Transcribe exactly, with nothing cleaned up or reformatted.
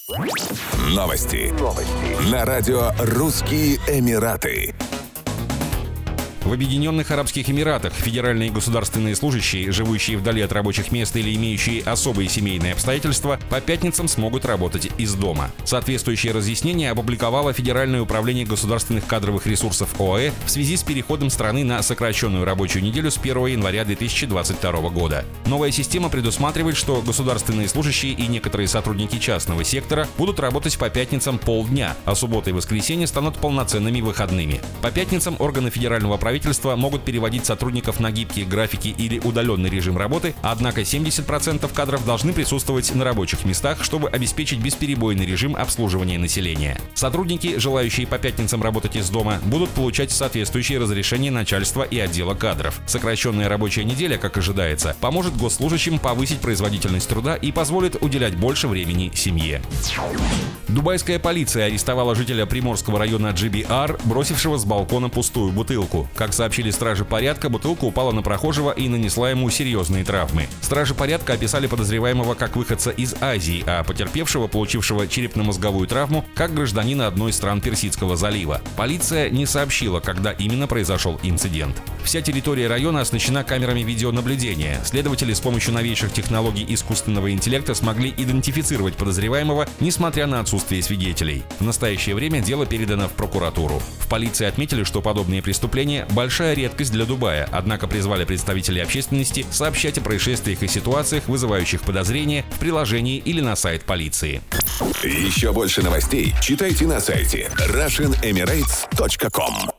Новости. Новости. На радио «Русские Эмираты». В Объединенных Арабских Эмиратах федеральные государственные служащие, живущие вдали от рабочих мест или имеющие особые семейные обстоятельства, по пятницам смогут работать из дома. Соответствующее разъяснение опубликовало Федеральное управление государственных кадровых ресурсов ОАЭ в связи с переходом страны на сокращенную рабочую неделю с первого января две тысячи двадцать второго года. Новая система предусматривает, что государственные служащие и некоторые сотрудники частного сектора будут работать по пятницам полдня, а субботы и воскресенья станут полноценными выходными. По пятницам органы федерального правительства могут переводить сотрудников на гибкие графики или удаленный режим работы, однако семьдесят процентов кадров должны присутствовать на рабочих местах, чтобы обеспечить бесперебойный режим обслуживания населения. Сотрудники, желающие по пятницам работать из дома, будут получать соответствующие разрешения начальства и отдела кадров. Сокращенная рабочая неделя, как ожидается, поможет госслужащим повысить производительность труда и позволит уделять больше времени семье. Дубайская полиция арестовала жителя Приморского района джи би ар, бросившего с балкона пустую бутылку. Как сообщили стражи порядка, бутылка упала на прохожего и нанесла ему серьезные травмы. Стражи порядка описали подозреваемого как выходца из Азии, а потерпевшего, получившего черепно-мозговую травму, как гражданина одной из стран Персидского залива. Полиция не сообщила, когда именно произошел инцидент. Вся территория района оснащена камерами видеонаблюдения. Следователи с помощью новейших технологий искусственного интеллекта смогли идентифицировать подозреваемого, несмотря на отсутствие свидетелей. В настоящее время дело передано в прокуратуру. В полиции отметили, что подобные преступления – большая редкость для Дубая, однако призвали представителей общественности сообщать о происшествиях и ситуациях, вызывающих подозрения, в приложении или на сайт полиции. Еще больше новостей читайте на сайте Russian Emirates точка ком.